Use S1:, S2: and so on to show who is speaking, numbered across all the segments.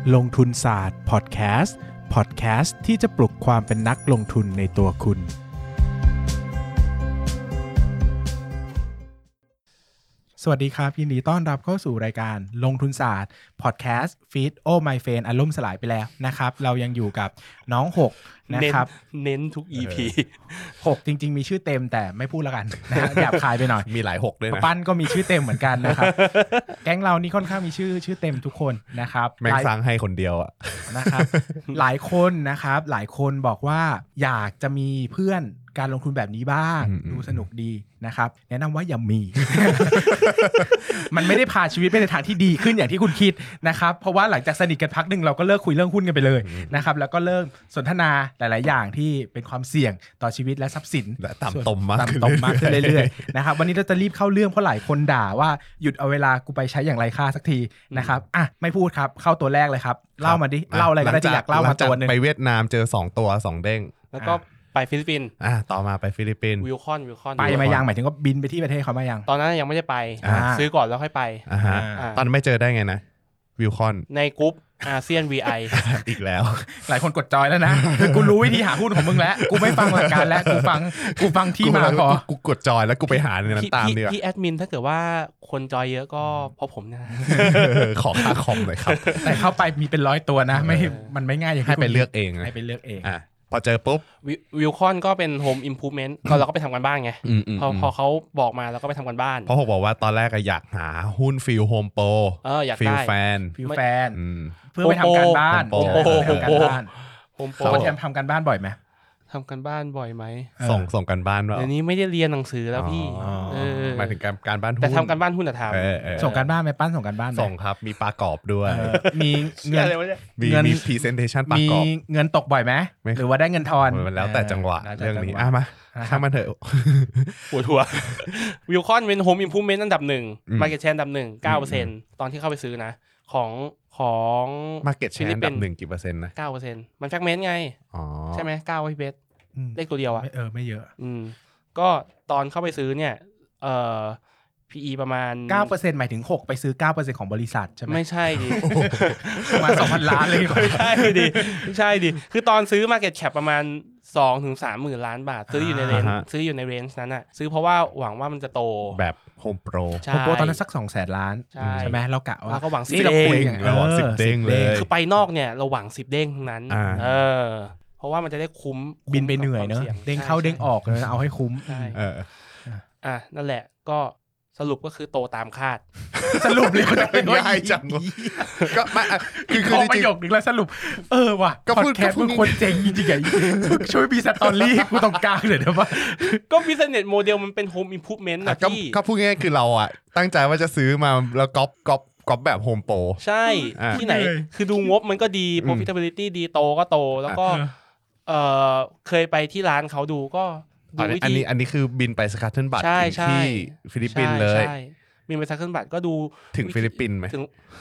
S1: ลงทุนศาสตร์พอดแคสต์ที่จะปลุกความเป็นนักลงทุนในตัวคุณสวัสดีครับยินดีต้อนรับเข้าสู่รายการลงทุนศาสตร์พอดแคสต์ฟีดโอไมเฟนล่มสลายไปแล้วนะครับเรายังอยู่กับน้อง6นะครับ
S2: เน้นทุก EP
S1: 6จริงๆมีชื่อเต็มแต่ไม่พูดแล้วกันนะหยาบคายไปหน่อย
S3: มีหลาย6ด้วยนะ
S1: ปั้นก็มีชื่อเต็มเหมือนกันนะครับแก๊งเรานี่ค่อนข้างมีชื่อเต็มทุกคนนะครับ
S3: แม่งสร้างให้คนเดียวอ่ะ
S1: นะครับหลายคนนะครับหลายคนบอกว่าอยากจะมีเพื่อนการลงทุนแบบนี้บ้างดูสนุกดีนะครับแนะนำว่าอย่ามี มันไม่ได้พาชีวิตไปในทางที่ดีขึ้นอย่างที่คุณคิดนะครับเพราะว่าหลังจากสนิทกันพักนึงเราก็เลิกคุยเรื่องหุ้นกันไปเลยนะครับแล้วก็เลิกสนทนาหลายๆอย่างที่เป็นความเสี่ยงต่อชีวิตและทรัพย์สิน
S3: และต่ำตมมาก
S1: ขึ้นเรื่อยๆนะครับวันนี้เราจะรีบเข้าเรื่องเพราะหลายคนด่าว่าหยุดเอาเวลากูไปใช้อย่างไรค่าสักทีนะครับอ่ะไม่พูดครับเข้าตัวแรกเลยครับเล่ามาดิเล่าอะไรก็ได้ที่อยากเล่ามาตัวนึง
S3: ไปเวียดนามเจอ2ตัว2เด้ง
S2: แล้วก็ไปฟิลิปปินส์
S3: ต่อมาไปฟิลิปปินส์
S2: วิลคอน
S1: ไปมายังหมายถึงว่าบินไปที่ประเทศเขามายัง
S2: ตอนนั้นยังไม่ได้ไปซื้อก่อนแล้วค่อยไป
S3: ตอนไม่เจอได้ไงนะวิลคอน
S2: ในกลุ่มอาเซียน VI
S3: อีกแล้ว
S1: หลายคนกดจอยแล้วนะกูรู้วิธีหาหุ้นของมึงแล้วกูไม่ฟังหลักการแล้วกูฟังที่มาพอ
S3: กูกดจอยแล้วกูไปหาในนั้นตามดีกว่า
S2: พี่แอดมินถ้าเกิดว่าคนจอยเยอะก็เพราะผมนะ
S3: ขอค่าคอมหน่อยครับ
S1: แต่เข้าไปมีเป็น100ตัวนะไม่มันไม่ง่ายอย่างที่
S3: ให้ไปเลือกเอง
S1: ให้ไปเลือกเอง
S3: พอเจอปุ๊บ
S2: วิลคอนก็เป็น Home Improvement ก็เราก็ไปทำกันบ้านไงพอเขาบอกมาเราก็ไปทำกันบ้าน
S3: เพราะเขาบอกว่าตอนแรกอยากหาหุ้นฟิลโฮมโปร
S2: อยาก
S3: ฟิลแฟน
S1: เพื่อไปทำการบ้านเขาทำการบ้านบ่อยไหม
S2: ทำกันบ้านบ่อยไหม
S3: ส่งกันบ้านว่า
S2: เดี๋ยวนี้ไม่ได้เรียนหนังสือแล้วพี่
S3: หมายถึงการบ้านหุ้น
S2: แต่ทำกันบ้านหุ้นท
S1: ำส่งกันบ้านไหมปั้นส่งกันบ้าน
S3: ส่งครับมีประกอบด้วย
S1: มีเงิน
S3: มี presentation ประกอบ
S1: มีเงินตกบ่อยไหมหรือว่าได้เงินทอน
S3: มันแล้วแต่จังหวะเรื่องนี้มาช่างมันเถอะ
S2: ปวดหัววิลคอนเป็น Home Improvement อันดับ1 Market Share อันดับ1 9% ตอนที่เข้าไปซื้อนะของ
S3: Market Share อันดับ1กี่เปอร์เซ็นต์นะ
S2: 9% มันแฟกเมนต์ไงใช่ไหม9พี่เบสเลขตัวเดียว
S1: ไม่เยอะ
S2: ก็ตอนเข้าไปซื้อเนี่ยPE ประมาณ
S1: 9% หมายถึง6ไปซื้อ 9% ของบริษัทใช่ไหม
S2: ไม่ใช่ดิ
S1: ประมาณ 2,000 ล้านเลย
S2: ไม่ใช่ดิคือตอนซื้อ Market Cap ประมาณ 2-3 หมื่นล้านบาทซื้ออยู่ในเรนจ์นั้นน่ะซื้อเพราะว่าหวังว่ามันจะโต
S3: แบบโฮมโปร
S1: ตอนนั้นสัก 200,000 ล้านใช่ไหมเรากะว่า
S2: ก็หวัง
S3: 10 เด้งเลย
S2: คือไปนอกเนี่ยเราหวัง10เด้งทั้งนั้นเพราะว่ามันจะได้คุ้ม
S1: บินไปเหนื่อยเนอะเด้งเข้าเด้งออกเลยเอาให้คุ้ม
S2: นั่นแหละก็สรุปก็คือโตตามคาด
S1: สรุปเลยมันเป็น
S3: ง่ายจังก็
S1: คือประโยคนึงแล้วสรุปว่ะพอดแคสต์มึงคนเจ๋งจริงๆช่วยมีสตอรี่กูตรงกลางเลยได้ป่ะ
S2: ก็ business model มันเป็น home improvement นะพี่
S3: ก็พูดง่ายๆคือเราตั้งใจว่าจะซื้อมาแล้วก๊อปแบบโฮมโปร
S2: ใช่ที่ไหนคือดูงบมันก็ดี profitability ดีโตก็โตแล้วก็เคยไปที่ร้านเขาดูก็
S3: อันนี้คือบินไปสกัตเทิลบัตที่ฟิลิปปินส์เลย
S2: บินไปสกัตเทิลบัตก็ดู
S3: ถึงฟิลิปปินส์ไหม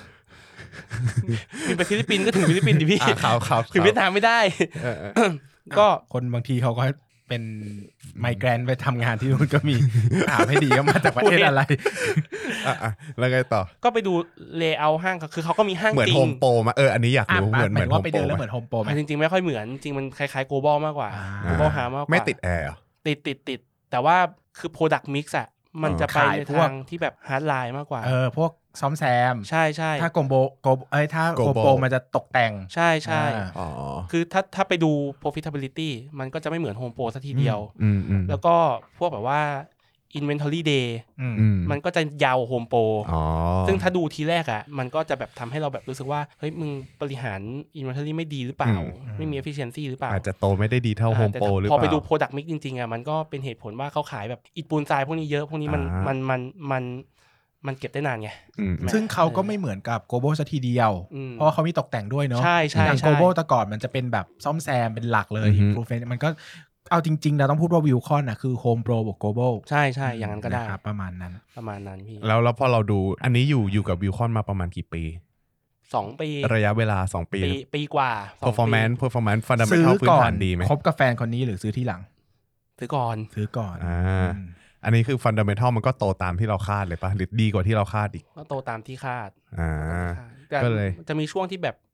S2: บินไปฟิลิปปินส์ก็ถึงฟิลิปปินส์ดิพี่ถึงเวียดนามไม่ได้
S1: ก็คนบางทีเขาก็เป็นไมเกรนไปทำงานที่นู่นก็มีถามให้ดีว่ามาจากประเทศอะไร
S3: แล้วไงต่อ
S2: ก็ไปดูเลเยอร์ห้างคือเขาก็มีห้าง
S3: เหมือนโฮมโปรมาอันนี้อยากรู้เหมือน
S1: ว่าไปเดินแล้วเหมือนโฮมโปร
S2: จริงๆไม่ค่อยเหมือนจริงมันคล้ายๆ global มากกว่า global หามากกว่า
S3: ไม่ติดแอร์
S2: ติดแต่ว่าคือ product mix มันจะไปในทางที่แบบ hard line มากกว่า
S1: พวกซ่อมแซม
S2: ใช่
S1: ถ้าโกโปมันจะตกแต่ง
S2: ใช่คือถ้าไปดู profitability มันก็จะไม่เหมือน Home Pro ซะทีเดียวแล้วก็พวกแบบว่า inventory day มันก็จะยาว Home Pro ซึ่งถ้าดูทีแรกมันก็จะแบบทำให้เราแบบรู้สึกว่าเฮ้ยมึงบริหาร inventory ไม่ดีหรือเปล่าไม่มี efficiency หรือเปล่า
S3: อาจจะโตไม่ได้ดีเท่า Home Pro หรือเปล่า
S2: พอไปดู product mix จริงๆมันก็เป็นเหตุผลว่าเขาขายแบบอิฐปูนทรายพวกนี้เยอะพวกนี้มันเก็บได้นานไง
S1: ซึ่งเขาก็ไม่เหมือนกับโกโบซะทีเดียวเพราะว่าเขามีตกแต่งด้วยเนาะ
S2: ใช่
S1: อย่างโกโบแต่ก่อนมันจะเป็นแบบซ่อมแซมเป็นหลักเลย improvement มันก็เอาจริงๆเราต้องพูดว่าวิลคอนคือโฮมโปรบวกโกโบ
S2: ใช่อย่างนั้นก็ได้
S1: ประมาณนั้น
S2: พี่
S3: แล้วพอเราดูอันนี้อยู่กับวิลคอนมาประมาณกี่ปี
S2: 2 ปี
S3: ระยะเวลา2
S2: ปีกว่า
S3: performance fundamental พื้นฐานดีไหม
S1: คบกับแฟนคนนี้หรือซื้อที่หลัง
S2: ซื้อก่อน
S3: อันนี้คือ fundamental มันก็โตตามที่เราคาดเลยป่ะหรือดีกว่าที่เราคาดอีก
S2: ก็โตตามที่คาด
S3: ก็เลย
S2: จะมีช่วงที่แบบ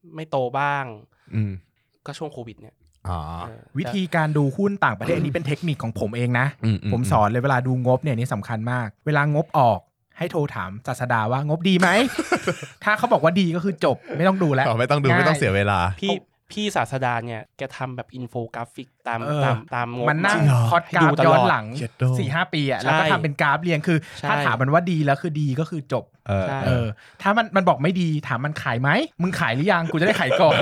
S2: ไม่โตบ้างก็ช่วงโควิดเนี่ย
S1: วิธีการดูหุ้นต่างประเทศนี้เป็นเทคนิคของผมเองนะผมสอนเลยเวลาดูงบเนี่ยนี่สำคัญมากเวลางบออกให้โทรถามศาสดาว่างบดีไหม ถ้าเขาบอกว่าดีก็คือจบไม่ต้องดูแล้ว
S3: ไม่ต้องดูไม่ต้องเสียเวลา
S2: พี่ศาสดาเนี่ยแกทำแบบอินโฟกราฟิกตามงบ
S1: มันนั่งพอดกราฟย้อนหลัง 4-5 ปีอ่ะแล้วก็ทำเป็นกราฟเรียงคือถ้าถามมันว่าดีแล้วคือดีก็คือจบถ้ามันบอกไม่ดีถามมันขายไหมมึงขายหรือยังกูจะได้ขายก่อน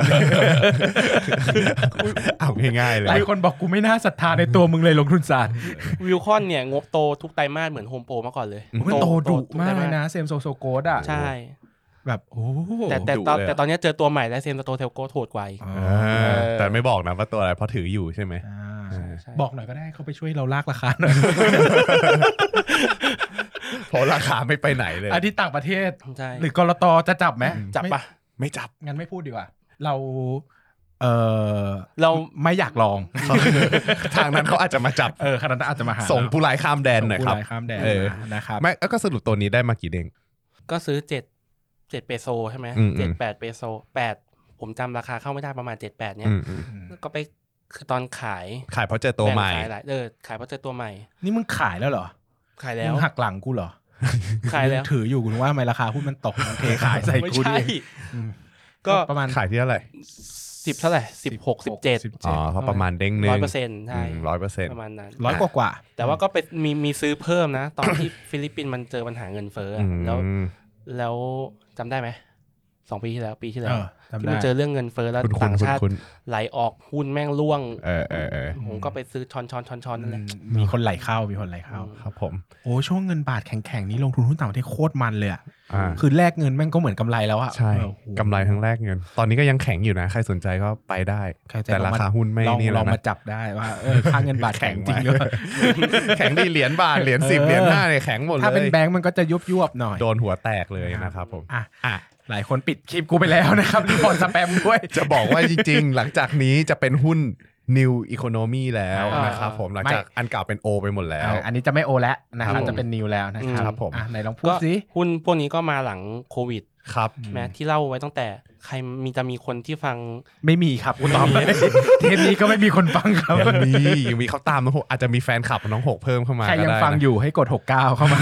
S3: เอาง่ายๆเลย
S1: หลายคนบอกกูไม่น่าศรัทธาในตัวมึงเลยลงทุนศาสตร์
S2: วิลคอนเนี่ยงบโตทุกไตรมาสเหมือนโฮมโปรมาก่อนเลย
S1: มันโตดุมากเลยนะเซมโซโกดอ่ะ
S2: ใช่
S1: แบบโอ้
S2: แต่ตอนนี้เจอตัวใหม่แล้วเซมโตเทลโกโหดกว่า
S3: แต่ไม่บอกนะว่าตัวอะไรเพราะถืออยู่ใช่ไหม
S1: บอกหน่อยก็ได้เขาไปช่วยเราลากราคาหน่อย
S3: เพราะราคาไม่ไปไหนเลย
S1: อันที่ต่างประเทศหรือกลตจะจับไหม
S2: จับปะ
S3: ไม่จับ
S1: งั้นไม่พูดดีกว่าเราไม่อยากลอง
S3: ทางนั้นเขาอาจจะมาจับ
S1: ขนาดนั้นอาจจะมาหา
S3: ส่งผู้ร้ายข้ามแดนหน่อยครับ
S1: ผู้ร้ายข้ามแดนนะครับ
S3: ไม่ก็สรุปตัวนี้ได้มากี่เด้ง
S2: ก็ซื้อ7เปโซใช่ไหม7-8 เปโซ8ผมจำราคาเข้าไม่ได้ประมาณ7-8เนี่ยก็ไปคือตอนขาย
S3: เพราะเจอตัวใหม่
S2: ขายเพราะเจอตัวใหม่
S1: นี่มึงขายแล้วเหรอ
S2: ขายแล้ว
S1: มึงหักหลังกูเหรอ
S2: ขายแล้ว
S1: ถืออยู่กูว่าทำไมราคาหุ้นมันตกมันเทขายใส่กูดิ
S2: ก็
S3: ประมาณขายที่เท่าไหร่
S2: 10เท่าไหร่16 17
S3: เขาประมาณเด้งนึง
S2: 100% ใช่
S3: 100%
S2: ประมาณนั้น
S1: 100กว่า
S2: แต่ว่าก็ไปมีซื้อเพิ่มนะตอนที่ฟิลิปปินส์มันเจอปัญหาเงินเฟ้อแล้วจำได้ไหม2 ปีที่แล้วที่มันเจอเรื่องเงินเฟ้อแล้วต่างชาติไหลออกหุ้นแม่งร่วงผมก็ไปซื้อช้อนนั่นแหละ
S1: มีคนไหลเข้า
S3: ครับผม
S1: โอ้ช่วงเงินบาทแข็งๆนี้ลงทุนหุ้นต่างประเทศโคตรมันเลยอ่ะคือแลกเงินแม่งก็เหมือนกำไรแล้วอ่ะ
S3: ใช่กำไรทั้งแลกเงินตอนนี้ก็ยังแข็งอยู่นะใครสนใจก็ไปได้แต่ราคาหุ้นไม่นี่
S1: ลองมาจับได้ว่าค่าเงินบาทแข็งจริงหรือ
S3: แข็งดีเหรียญบาทเหรียญ10เหรียญ5เนี่ยแข็งหมดเลย
S1: ถ้าเป็นแบงก์มันก็จะยุบๆหน่อย
S3: โดนหัวแตกเลยนะครับผม
S1: หลายคนปิดคลิปกูไปแล้วนะครับรีพอร์ตสแปมด้วย
S3: จะบอกว่าจริงๆหลังจากนี้จะเป็นหุ้น New Economy แล้วนะครับผมหลังจากอันเก่าเป็น O ไปหมดแล้ว
S1: อันนี้จะไม่ O แล้วนะครับจะเป็น New แล้วนะครับ
S3: ผม
S1: ไหนลองพูดสิ
S2: หุ้นพวกนี้ก็มาหลังโควิด
S3: ครับ
S2: แม้ที่เล่าไว้ตั้งแต่ใครจะมีคนที่ฟัง
S1: ไม่มีครับคุณตอบเลยเทปนี้ก็ไม่มีคนฟังครับ
S3: ยังมีเขาตามน้อง6อาจจะมีแฟนคลับน้อง6เพิ่มเข้ามา
S1: ใครยังฟังอยู่ให้กด69เข้ามา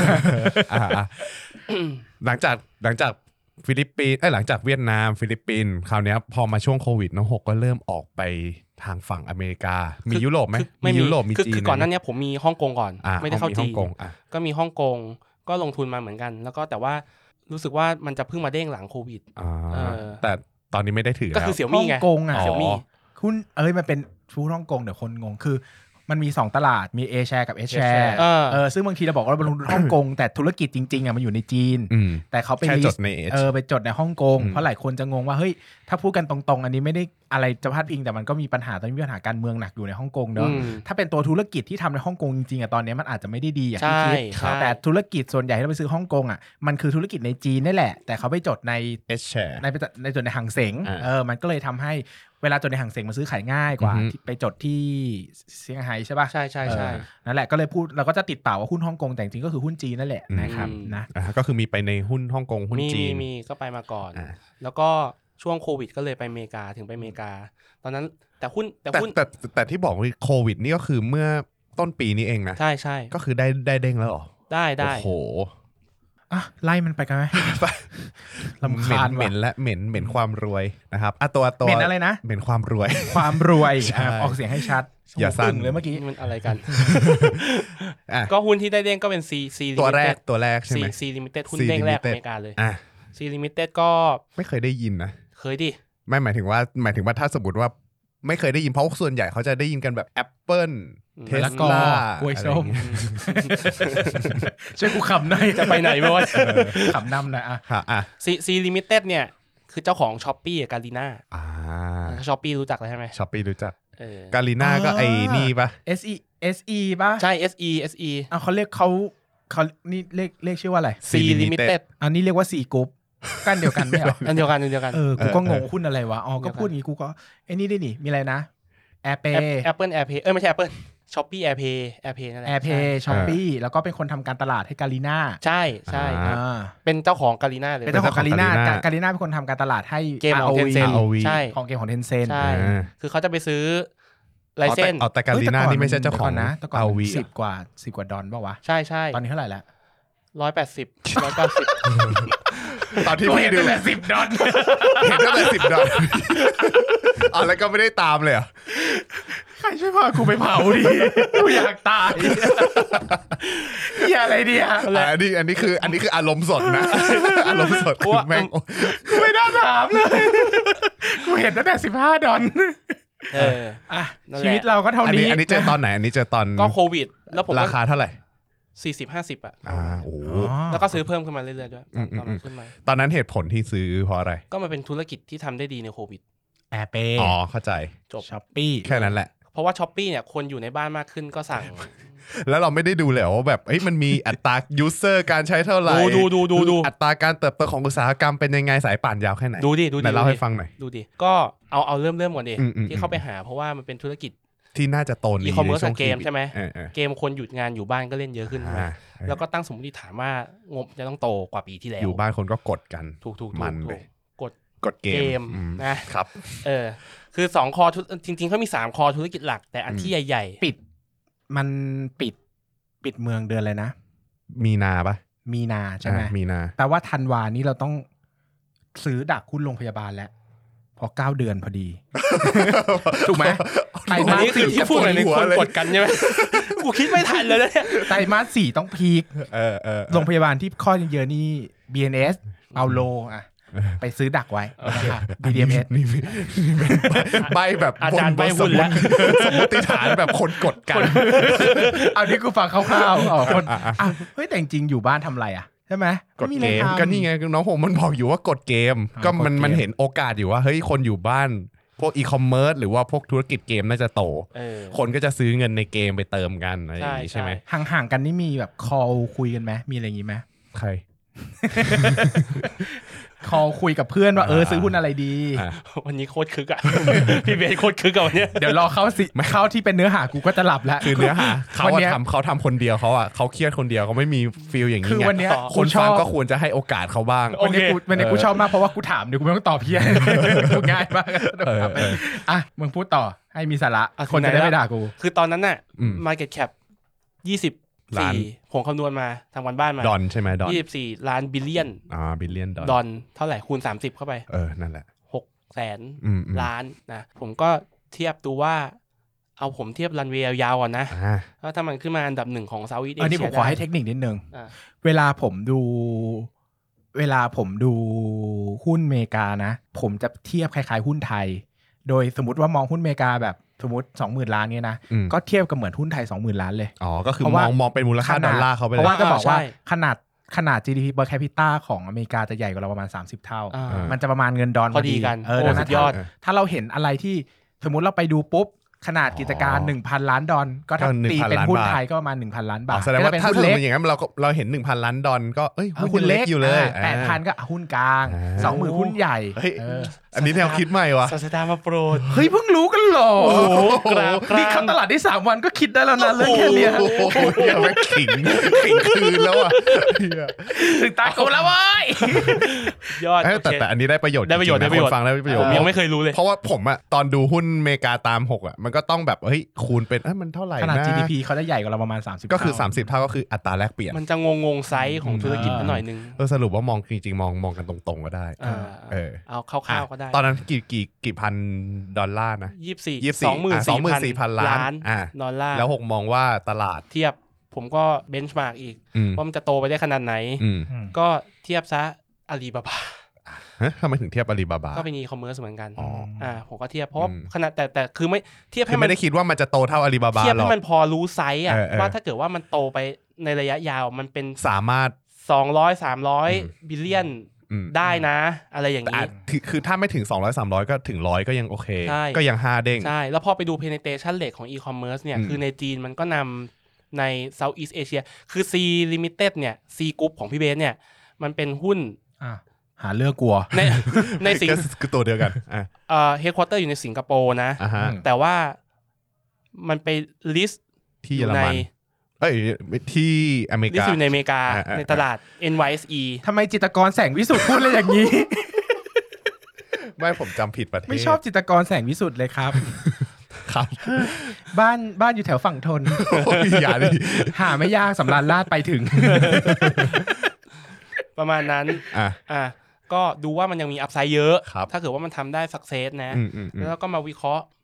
S3: หลังจากฟิลิปปินส์หลังจากเวียดนามฟิลิปปินส์คราวนี้พอมาช่วงโควิดน้อง6ก็เริ่มออกไปทางฝั่งอเมริกามียุโรปไหม
S2: มี
S3: ยุโรปมีจีน
S2: คือก่อนหน้านี้ผมมีฮ่องกงก่อนไม่ได้เข้าจีนก็มีฮ่องกงก็ลงทุนมาเหมือนกันแล้วก็แต่ว่ารู้สึกว่ามันจะเพิ่งมาเด้งหลังโควิด
S3: แต่ตอนนี้ไม่ได้ถือ
S2: ก็คือเสี่ยวมี่ไง
S1: ฮ่องกงอ่ะเสี่ยวมี่คุณมันเป็นฟูฮ่องกงเดี๋ยวคนงงคือมันมี2ตลาดมี A share กับ S share ซึ่งบางทีเราบอกว่าเราลงทุนฮ่องกงแต่ธุรกิจจริงๆอ่ะมันอยู่ในจีนแต่เขาไป
S3: จดใน
S1: ไปจดในฮ่องกงเพราะหลายคนจะงงว่าเฮ้ยถ้าพูดกันตรงๆอันนี้ไม่ได้อะไรจะพาดพิงแต่มันก็มีปัญหาตอนนี้มีปัญหาการเมืองหนักอยู่ในฮ่องกงเนาะถ้าเป็นตัวธุรกิจที่ทำในฮ่องกงจริงๆอ่ะตอนนี้มันอาจจะไม่ได้ดีอย่างที่คิดแต่ธุรกิจส่วนใหญ่ที่เราไปซื้อฮ่องกงอ่ะมันคือธุรกิจในจีนนี่แหละแต่เขาไปจดใน
S3: S share
S1: ในจดในหางเส็งมันก็เลยทำให้เวลาจดในหางเส็งมันซื้อขายง่ายกว่าไปจดที่เซี่ยงไฮ้ใช่ป่ะ
S2: ใช่
S1: นั่นแหละก็เลยพูดเราก็จะติดเปล่าว่าหุ้นฮ่องกงแต่จริงๆก็คือหุ้นจีนนั่นแหละนะครับนะ
S3: ก็คือมีไปในหุ้นฮ่องกงหุ้นจีน
S2: มีก็ไปมาก่อนแล้วก็ช่วงโควิดก็เลยไปอเมริกาถึงไปอเมริกาตอนนั้น
S3: แต่ที่บอกว่าโควิดนี่ก็คือเมื่อต้นปีนี้เองนะ
S2: ใช่
S3: ก็คือได้เด้งแล้วหรอ
S2: ได้
S3: โอ้โห
S1: ไล่มันไปกันไหมลำคาญ
S3: เหม็นและเหม็นความรวยนะครับตัว
S1: เหม็นอะไรนะ
S3: เหม็นความรวย
S1: ออกเสียงให้ชัด
S3: อย่าสั่น
S2: เลยเมื่อกี้มันอะไรกันก็หุ้นที่ได้เด้งก็เป็น C
S3: ตัวแรกใช่ไหม
S2: C Limited หุ้นเด้งแรกอเมริกาเลย C Limited ก็
S3: ไม่เคยได้ยินนะ
S2: เคยดิ
S3: ไม่หมายถึงว่าถ้าสมมติว่าไม่เคยได้ยินเพราะส่วนใหญ่เขาจะได้ยินกันแบบ Apple Tesla
S1: กล้วยส้มช่วยกูขำหน่อย
S2: จะไปไหนไม่ว่า
S1: ขำนำนะ
S2: C Limited เนี่ยคือเจ้าของ Shopee กับ Garena Shopee รู้จักเลยใช่ไหม
S3: Shopee รู้จักGarena ก็ไอ้นี่ป่ะ
S1: SE ป่ะ
S2: ใช่ SE
S1: เขาเรียกเขานี่เรียกชื่อว่าอะไร
S2: C Limited
S1: อันนี้เรียกว่า C Group กันเดียวกันไม่เหรอ
S2: อันเดียวกัน
S1: กูก็งงหุ้นอะไรวะก็พูดอย่างนี้กูก็ไอ้นี่ได้นี่มีอะไรนะ AirPay
S2: Apple AirPay ไม่ใช่ Apple Shopee AirPay นั่นแหละ
S1: AirPay Shopee แล้วก็เป็นคนทำการตลาดให้Garena
S2: ใช่เป็นเจ้าของGarenaเลย
S1: เป็นเจ้าของ Garenaเป็นคนทำการตลาดให้
S2: เกมของ Tencent ใช่
S1: ของเกมของ Tencent
S2: ใช่คือเขาจะไปซื้อไลเซนส์
S3: แต่Garenaนี่ไม่ใช่เจ้าของ
S1: นะแต่ก่อน10 กว่าดอลป่าววะ
S2: ใช่
S1: ตอนนี้เท่าไหร่แล้ว
S3: ตอนที่พี่ดู
S1: 10 ดอล
S3: เห็นตั้งแต่10 ดอลแล้วก็ไม่ได้ตามเลย
S1: ใครช่วยพากูไปเผาดิกูอยากตายอย่าอะไรเนี่ย
S3: อันนี้คืออารมณ์สดนะอารมณ์สดแม่ง
S1: กูไม่น่าถามเลยกูเห็นตั้งแต่15 ดอลชีวิตเราก็เท่านี้
S3: อันนี้เจอตอนไหนอันนี้เจอตอน
S2: ก็โควิดแล้วผม
S3: ราคาเท่าไหร่
S2: 40-50
S3: โอ้
S2: แล้วก็ซื้อเพิ่มขึ้นมาเรื่อยๆด้วยตอนนั้นขึ้นมา
S3: ตอนนั้นเหตุผลที่ซื้อเพราะอะไร
S2: ก็มันเป็นธุรกิจที่ทำได้ดีในโควิด
S1: AirPay
S3: เข้าใจ
S2: จบ
S1: Shopee
S3: แค่นั้นแหละ
S2: เพราะว่า Shopee เนี่ยคนอยู่ในบ้านมากขึ้นก็สั่ง
S3: แล้วเราไม่ได้ดูเลยว่าแบบมันมีอัตรา user การใช้เท่าไหร่
S2: ดู
S3: อัตราการเติบโตของอุตสาหกรรมเป็นยังไงสายป่านยาวแค่ไหน
S2: ดูดิ
S3: เล่าให้ฟังหน่อย
S2: ดูดิก็เอาเริ่มก่อนดิที่เข้าไปหาเพราะว่ามันเป็นธุรกิจ
S3: ที่น่าจะโต
S2: ในช่วงเกมใช่ไหมเกมคนหยุดงานอยู่บ้านก็เล่นเยอะขึ้นแล้วก็ตั้งสมมติฐานว่างบจะต้องโตกว่าปีที่แล้ว
S3: อยู่บ้านคนก็กดกัน
S2: ถูก
S3: มันเลย
S2: กดเกมนะครับคือ2คอจริงๆเขามี3คอธุรกิจหลักแต่อันที่ใหญ่
S1: ๆปิดเมืองเดือนเลยนะ
S3: มีนาปะ
S1: มีนาใช่ไหม
S3: มีนา
S1: แปลว่าธันวานี้เราต้องซื้อดักหุ้นโรงพยาบาลแล้วพอ9 เดือนพอดีถูกไหม
S2: ไตรมาส4ที่พูดในคนกดกันใช่ไหมกูคิดไม่ทันเลยเนี่ย
S1: ไตรมาส4ต้องพีคโรงพยาบาลที่ข้อเยอะนี่ BNS เอาโลไปซื้อดักไว้นะครับ BDMs
S3: นี่ใบแบบ
S2: อาจารย์ใบหุ้นแล้ว
S3: สมมติฐานแบบคนกดกัน
S1: เอานี่กูฟังคร่าวๆคนเฮ้ยแต่จริงอยู่บ้านทำอะไรใช่ไหม
S3: กดเกมก็นี่ไงน้องผมมันบอกอยู่ว่ากดเกมก็มันเห็นโอกาสอยู่ว่าเฮ้ยคนอยู่บ้านพวกอีคอมเมิร์ซหรือว่าพวกธุรกิจเกมน่าจะโตคนก็จะซื้อเงินในเกมไปเติมกันอะไรอย่างนี้ใช่ไหม
S1: ห่างๆกันนี่มีแบบคอลคุยกันไหมมีอะไรอย่างนี้ไหม
S3: ใคร
S1: คอคุยกับเพื่อนว่าซื้อหุ้นอะไรดี
S2: วันนี้โคตรคึกพี่เบสโคตรคึกวันนี้
S1: เดี๋ยวรอเข้าที่เป็นเนื้อหากูก็จะหลับแล้ว
S3: คือเนื้อหาเขาทำคนเดียวเขาเครียดคนเดียวเขาไม่มีฟีลอย่างนี้
S1: คือวันนี้
S3: คนฟังก็ควรจะให้โอกาสเขาบ้าง
S1: วันนี้กูชอบมากเพราะว่ากูถามเดี๋ยวกูไม่ต้องตอบพี่กูง่ายมากมึงพูดต่อให้มีสาระคนจะได้ไม่ด่ากู
S2: คือตอนนั้นน่ะ market cap 24ผมคำนวณมาทำวันบ้านมา
S3: ดอนใช่ไหมดอน
S2: 24 ล้านบิลเลียน
S3: บิลเลียน
S2: ดอนเท่าไหร่คูณ30เข้าไป
S3: นั่นแหละ
S2: 600,000 ล้านนะผมก็เทียบดูว่าเอาผมเทียบรันเวย์ยาวๆก่อนนะแล้วถ้ามันขึ้นมาอันดับ1ของเซาท์อีสต์เอเชีย
S1: อันนี้ผมขอให้เทคนิคนิดนึงเวลาผมดูหุ้นอเมริกานะผมจะเทียบคล้ายๆหุ้นไทยโดยสมมติว่ามองหุ้นอเมริกาแบบสมมติ 20,000 ล้านเนี่ยนะก็เทียบกับเหมือนหุ้นไทย 20,000 ล้านเลย
S3: ก็คือมองเป็นมูลค่าดอลลาร์เขาไปเลย
S1: เพราะว่าจะบอกว่าขนาด GDP per capita ของอเมริกาจะใหญ่กว่าเราประมาณ30 เท่ามันจะประมาณเงินดอล
S2: พอดีกัน
S1: สุดยอดถ้าเราเห็นอะไรที่สมมุติเราไปดูปุ๊บขนาดกิจการ 1,000 ล้านดอลก็ถ้าตีเป็นหุ้นไทยก็ประมาณ 1,000 ล้านบาท
S3: แสดงว่าถ้าเป็นอย่างนั้นเราเห็น 1,000 ล้านดอลก็หุ้นเล็กอยู่เลย
S1: 8,000 ก็หุ้นกลาง 20,000 หุ้นใหญ่
S3: อันนี้แนวคิดใหม่วะ
S2: ศาสดามาโปรด
S1: เฮ้ยเพิ่งรู้กันหรอนี่เข้าตลาดได้3 วันก็คิดได้แล้วนะเรื่องแค่นี้
S3: โอ้โหอย่าไปขิงคืนแล้วอ่ะ
S1: ถึงตากูแล้วเว้ย
S2: ยอด
S3: แต่อันนี้ได้ประโยชน์ฟังได้ประโยชน์
S2: ยังไม่เคยรู้เลย
S3: เพราะว่าผมอ่ะตอนดูหุ้นอเมริกาตาม6อ่ะมันก็ต้องแบบคูณเป็นมันเท่าไหร่นะ
S1: ขนาด GDP เขาได้ใหญ่กว่าเราประมาณ30
S3: ก็คือ30เท่าก็คืออัตราแลกเปลี่ยน
S2: มันจะงงไซส์ของธุรกิจนิดหน่อยนึง
S3: สรุปว่ามองจริงๆมองกันตรงๆก็ได้
S2: เอาคร่าวๆก็ได้
S3: ตอนนั้นกี่พันดอลลาร์นะ24,000 ล้าน
S2: ดอลลาร์
S3: แล้ว6มองว่าตลาด
S2: เทียบผมก็เบนช์มาร์กอีกว่ามันจะโตไปได้ขนาดไหนก็เทียบซะอาลีบาบา
S3: ทำไมถึงเทียบอาลีบาบา
S2: ก็เป็นอีคอมเมิร์ซเหมือนกันผมก็เทียบเพราะขนาดแต่คือไม่เทียบให้
S3: ไม่ได้คิดว่ามันจะโตเท่าอาลีบาบา
S2: เทียบให้มันพอรู้ไซส์ว่าถ้าเกิดว่ามันโตไปในระยะยาวมันเป็น
S3: สามารถ
S2: 200-300 บิลเลียนได้นะอะไรอย่างนี้
S3: คือถ้าไม่ถึง200-300ก็ถึง100ก็ยังโอเคก็ยัง5เด้ง
S2: ใช่แล้วพอไปดู penetration rate ของ e-commerce เนี่ยคือในจีนมันก็นำใน Southeast Asia คือ C Limited เนี่ย C Group ของพี่เบสเนี่ยมันเป็นหุ้น
S1: หาเลือกกลัว
S3: ในสิงคือตัวเดียวกัน
S2: headquarter อยู่ในสิงคโปร์นะแต่ว่ามันไป list
S3: ที่เยอรมันที่อเมริกา
S2: ที่อยู่ในอเมริกาในตลาด NYSE
S1: ทำไมจิตรกรแสงวิสุทธิ์พูดเลยอย่างนี้
S3: ไม่ผมจำผิดประเทศ
S1: ไม่ชอบจิตรกรแสงวิสุทธิ์เลยครับ
S3: ครับ
S1: บ้านอยู่แถวฝั่งทน
S3: อย่าเลย
S1: หาไม่ยากสำราญราษฎร์ไปถึง
S2: ประมาณนั้นก็ดูว่ามันยังมีอัพไซด์เยอะถ้าเกิดว่ามันทำได้สักเซสนะแล้วก็มาวิเคราะห์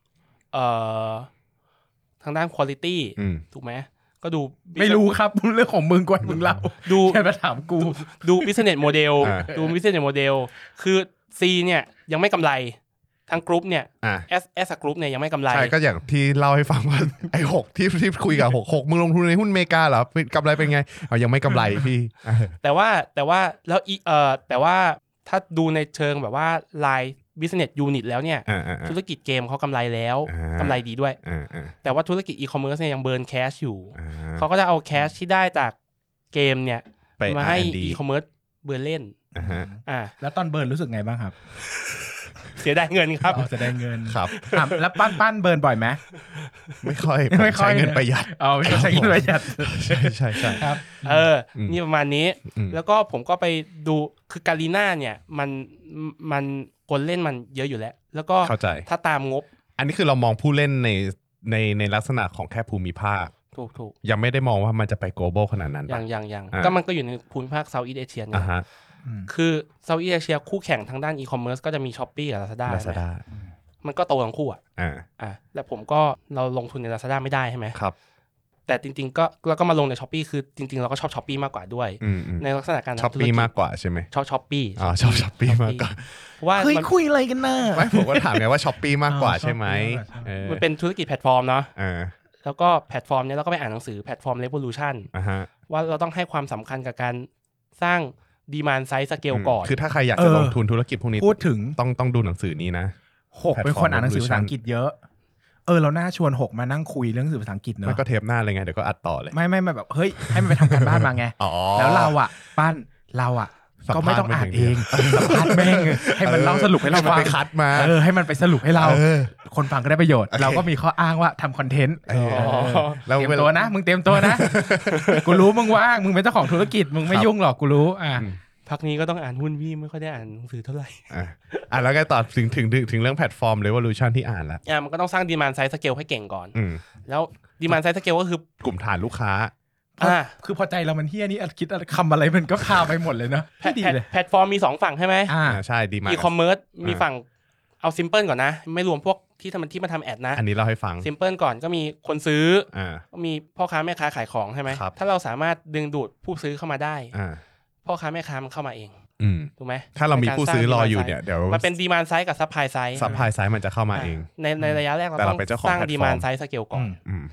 S2: ทางด้านควอลิตี้ถูกไหมก็ดู
S1: ไม่รู้ครับเรื่องของมึงกว่ามึงเล่าดูแค่มาถามกู
S2: ดู business model ดู business model คือ C เนี่ยยังไม่กำไรทั้งกรุ๊ปเนี่ยas a group เนี่ยยังไม่กำไร
S3: ใช่ก็อย่างที่เล่าให้ฟังว่าไอ้6ที่คุยกับ6มึงลงทุนในหุ้นอเมริกาเหรอกำไรเป็นไงยังไม่กำไรพี่
S2: แต่ว่าแล้วแต่ว่าถ้าดูในเชิงแบบว่า line business unit แล้วเนี่ยธุรกิจเกมเขากำไรแล้วกำไรดีด้วยแต่ว่าธุรกิจ e-commerce เนี่ยยังเบิร์นแคชอยู่เขาก็จะเอาแคชที่ได้จากเกมเนี่ยมาให้ e-commerce เบิร์นเล่น
S1: แล้วตอนเบิร์นรู้สึกไงบ้างครับ
S2: เสียดายเงินครับ
S1: เสียดายเงิน
S3: ครับ
S1: แล้วปั้นเบิร์นบ่อยไหม
S3: ไม่ค่อยใช้เงินประหยัด
S1: ไม่ใช้เงินประหยัด
S3: ใช่
S1: ครับ
S2: นี่ประมาณนี้แล้วก็ผมก็ไปดูคือการีน่าเนี่ยมันคนเล่นมันเยอะอยู่แล้วก็ถ้าตามงบ
S3: อันนี้คือเรามองผู้เล่นในลักษณะของแค่ภูมิภาค
S2: ถูก
S3: ยังไม่ได้มองว่ามันจะไป global ขนาดนั้น
S2: ยังก็มันก็อยู่ในภูมิภาค Southeast Asia เนี่ยคือ Southeast Asia คู่แข่งทางด้าน e-commerce ก็จะมี Shopee กับ Lazada มันก็โตทั้งคู่แล้วผมก็เราลงทุนใน Lazada ไม่ได้ใช่ไหม
S3: ครับ
S2: แต่จริงๆก็แล้วก็มาลงใน Shopee คือจริงๆเราก็ชอบ Shopee มากกว่าด้วยในลักษณะการทำธุรกิจ
S3: Shopee มากกว่าใช่ไหม
S2: ชอบ Shopee
S3: ชอบ Shopee มากกว่า
S2: ว่า
S1: คุยอะไรกันน่ะ
S3: ไม่ผมก็ถามไงว่า Shopee มากกว่าใช่ไหม
S2: มันเป็นธุรกิจแพลตฟอร์มเนาะแล้วก็แพลตฟอร์มเนี้ยเราก็ไปอ่านหนังสือแพลตฟอร์ม Revolution ว่าเราต้องให้ความสำคัญกับการสร้างdemand size scale ก่อน
S3: คือถ้าใครอยากจะลงทุนธุรกิจพวกนี้
S1: พูดถึง
S3: ต้องดูหนังสือนี้นะ
S1: 6เป็นคนอ่านหนังสือภาษาอังกฤษเยอะเราน่าชวน6มานั่งคุยเรื่องสื่อภาษาอังกฤษเนอะ
S3: มันก็เทปหน้าเลยไงเดี๋ยวก็อัดต่อเลย
S1: ไม่แบบเฮ้ยให้มันไปทำการบ้านมาไงแล้วเราปั้นเราก็ไม่ต้องอ่านเองสัมภาษณ์แม่งให้มันเล่าสรุปให้เราฟัง
S3: ไปคัดมา
S1: ให้มันไปสรุปให้เราคนฟังก็ได้ประโยชน์เราก็มีข้ออ้างว่าทำคอนเทนต์เตรียมตัวนะมึงเตรียมตัวนะกูรู้มึงว่างมึงเป็นเจ้าของธุรกิจมึงไม่ยุ่งหรอกกูรู้
S2: พักนี้ก็ต้องอ่านหุ้นพี่ไม่ค่อยได้อ่านหนังสือเท่าไหร่
S3: แล้วก็ต่อถึงเรื่องแพลตฟอร์ม Revolution ที่อ่านแล้ว
S2: มันก็ต้องสร้าง demand size scale ให้เก่งก่อนแล้ว demand size scale ก็คือก
S3: ลุ่มฐานลูกค้า
S1: คือพอใจเรามันเฮี้ยนี่คิดคำอะไรมันก็พาไปหมดเลยเนาะ
S2: ดีเลยแพลตฟอร์มมี2ฝั่งใช่ไหม
S3: ใช่ demand
S2: e-commerce มีฝั่งเอา simple ก่อนนะไม่รวมพวกที่มาทำแอดนะ
S3: อันนี้เราให้ฟัง
S2: simple ก่อนก็มีคนซื้อก็มีพ่อค้าแม่ค้าขายของใช่ไหมถ้าเราสามารถดึงดูดผู้ซื้อเข้ามาได้พ่อค้าแม่ค้ามันเข้ามาเองถูกไหม
S3: ถ้าเรามีผู้ซื้อรออยู่เนี่ยเดี๋ยว
S2: มันเป็น demand size กับ supply size
S3: supply size มันจะเข้ามาเอง
S2: ในระยะแรกเราต้องสร้าง demand size scale ก่อน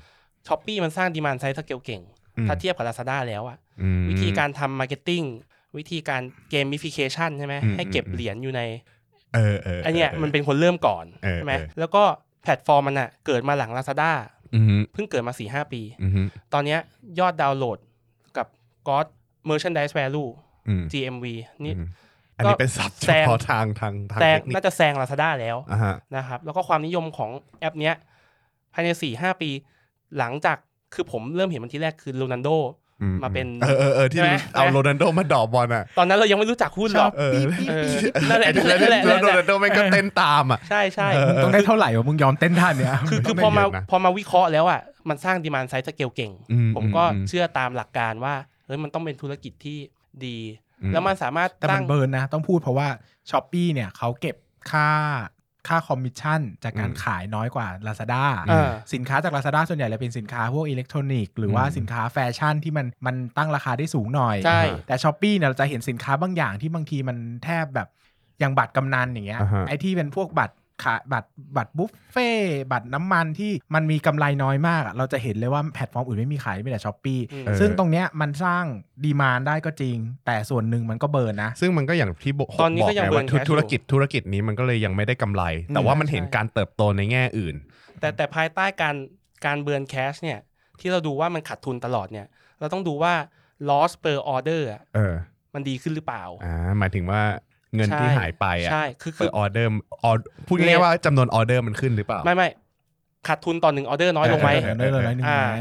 S2: Shopee มันสร้าง demand size scale เก่งถ้าเทียบกับ Lazada แล้ววิธีการทำ marketing วิธีการ gamification ใช่ไหมให้เก็บเหรียญอยู่ในอันเนี้ยมันเป็นคนเริ่มก่อนใช่ไหมแล้วก็แพลตฟอร์มมันเกิดมาหลัง Lazada เพิ่งเกิดมา 4-5 ปีตอนนี้ยอดดาวน์โหลดกับ Gross Merchandise Value GMV นี่
S3: อันนี้เป็นศัพท์เฉพาะทาง
S2: แซงน่าจะแซง Lazada แล้วนะครับแล้วก็ความนิยมของแอปเนี้ยภายใน 4-5 ปีหลังจากคือผมเริ่มเห็นมันที่แรกคือโรนัลโดมาเป็น
S3: ที่เอาโรนัลโดมาดอกบอล
S2: ตอนนั้นเรายังไม่รู้จักหุ้นหรอก
S3: นั่นแหละโรนัลโดมันก็เต้นตาม
S2: ใช่
S1: ต้องได้เท่าไหร่วะมึงยอมเต้นท่าเนี้ย
S2: คือพอมาวิเคราะห์แล้วมันสร้าง demand size scale เก่งผมก็เชื่อตามหลักการว่าเฮ้ยมันต้องเป็นธุรกิจที่ดีแล้วมันสามารถ
S1: แต่มันเบิร์นนะต้องพูดเพราะว่า Shopee เนี่ยเขาเก็บค่าคอมมิชชั่นจากการขายน้อยกว่า Lazada สินค้าจาก Lazada ส่วนใหญ่เลยเป็นสินค้าพวกอิเล็กทรอนิกส์หรือว่าสินค้าแฟชั่นที่มันตั้งราคาได้สูงหน่อยแต่ Shopee เนี่ยเราจะเห็นสินค้าบางอย่างที่บางทีมันแทบแบบอย่างบัตรกำนันอย่างเงี้ยไอ้ที่เป็นพวกบัตรบุฟเฟ่บัตรน้ำมันที่มันมีกำไรน้อยมากเราจะเห็นเลยว่าแพลตฟอร์มอื่นไม่มีขายไม่แต่ Shopee ซึ่งตรงเนี้ยมันสร้างดีมานด์ได้ก็จริงแต่ส่วนหนึ่งมันก็เบิร์นนะ
S3: ซึ่งมันก็อย่างที่บอกไงว่าธุรกิจนี้มันก็เลยยังไม่ได้กำไรแต่ว่ามันเห็นการเติบโตในแง่อื่น
S2: แต่ภายใต้การเบิร์นแคชเนี่ยที่เราดูว่ามันขาดทุนตลอดเนี่ยเราต้องดูว่า loss per order มันดีขึ้นหรือเปล่า
S3: หมายถึงว่าเงินที่หายไป
S2: ใช่คือ
S3: ออเดอร์พูดง่ายๆว่าจำนวนออเดอร์มันขึ้นหรือเปล่า
S2: ไม่ขาดทุนต่อ1ออเดอร์น้อยลงไหม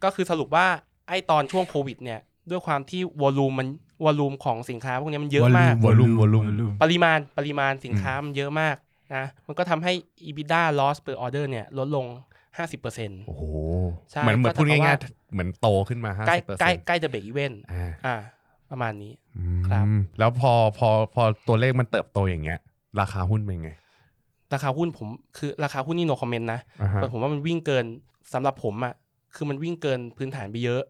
S2: ก็คือสรุปว่าไอ้ตอนช่วงโควิดเนี่ยด้วยความที่วอลลุ่มของสินค้าพวกนี้มันเยอะมาก
S3: วอลลุ่ม
S2: ปริมาณสินค้ามันเยอะมากนะมันก็ทำให้ EBITDA loss per order เนี่ยลดลง 50%
S3: โอ้โหเหมือนพูดง่ายๆเหมือนโตขึ้นมา 50%
S2: ใกล้จะเบรกอีเวนต์ประมาณนี้ครับ
S3: แล้วพอตัวเลขมันเติบโตอย่างเงี้ยราคาหุ้นเป็นไง
S2: ราคาหุ้นผมคือราคาหุ้นนี่ no comment นะแต่ผมว่ามันวิ่งเกินสำหรับผมอ่ะคือมันวิ่งเกินพื้นฐานไปเยอะ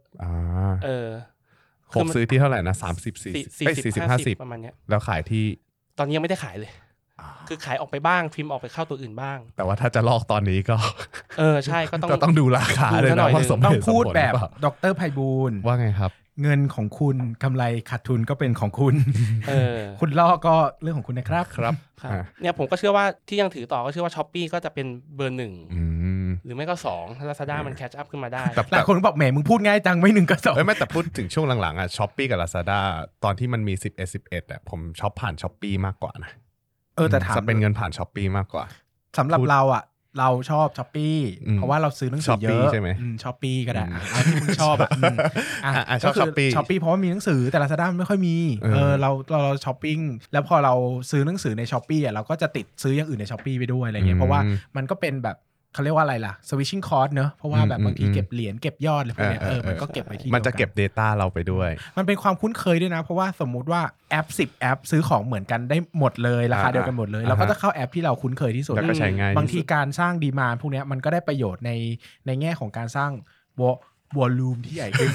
S3: ผมซื้อที่เท่าไหร่นะ40-50ประมาณเนี้ยแล้วขายที่
S2: ตอนนี้ยังไม่ได้ขายเลยคือขายออกไปบ้างพิมพ์ออกไปเข้าตัวอื่นบ้าง
S3: แต่ว่าถ้าจะลอกตอนนี้ก็
S2: ใช่ก็
S3: ต้องดูราคาเลยนะว่าสมเหตุสมผล
S1: ต้องพูดแบบดร.ไพบูลย์
S3: ว่าไงครับ
S1: เงินของคุณกำไรขาดทุนก็เป็นของคุณคุณลอกก็เรื่องของคุณนะครับ
S3: ครับ
S2: เนี่ยผมก็เชื่อว่าที่ยังถือต่อก็เชื่อว่า Shopee ก็จะเป็นเบอร์1หรือไม่ก็2ถ้า Lazada มันแคชอัพขึ้นมาได้
S1: หลายคนบอกแหมมึงพูดง่ายจังไม่1ก็2
S3: ไม่แต่พูดถึงช่วงหลังๆอ่ะ Shopee กับ Lazada ตอนที่มันมี11อ่ะผมช็อปผ่าน Shopee มากกว่านะ
S1: แต่ถาม
S3: จะเป็นเงินผ่าน Shopee มากกว่า
S1: สำหรับเราอ่ะเราชอบ Shopee เพราะว่าเราซื้อหนังสือเยอะ
S3: ใช่ไหม
S1: Shopee ก็ได้เอาที่มึงชอบ
S3: ชอบ
S1: Shopee เพราะว่ามีหนังสือแต่ Lazada ไม่ค่อยมีเราช้อปปิ้งแล้วพอเราซื้อหนังสือใน Shopee อ่ะเราก็จะติดซื้ออย่างอื่นใน Shopee ไปด้วยอะไรเงี้ยเพราะว่ามันก็เป็นแบบเขาเรียกว่าอะไรล่ะ switching cost เนอะเพราะว่าแบบบางทีเก็บเหรียญเก็บยอดอะไรพวกนี้มันก็เก็บไปที่
S3: มันจะเก็บ data เราไปด้วย
S1: มันเป็นความคุ้นเคยด้วยนะเพราะว่าสมมุติว่าแอป10แอปซื้อของเหมือนกันได้หมดเลยราคาเดียวกันหมดเลยเราก็จะเข้าแอปที่เราคุ้นเคยที่สุด
S3: แล้วก็ใช้ง่าย
S1: บางทีการสร้างดีมานด์พวกนี้มันก็ได้ประโยชน์ในแง่ของการสร้างวอลลุ่มที่ใหญ่ขึ้น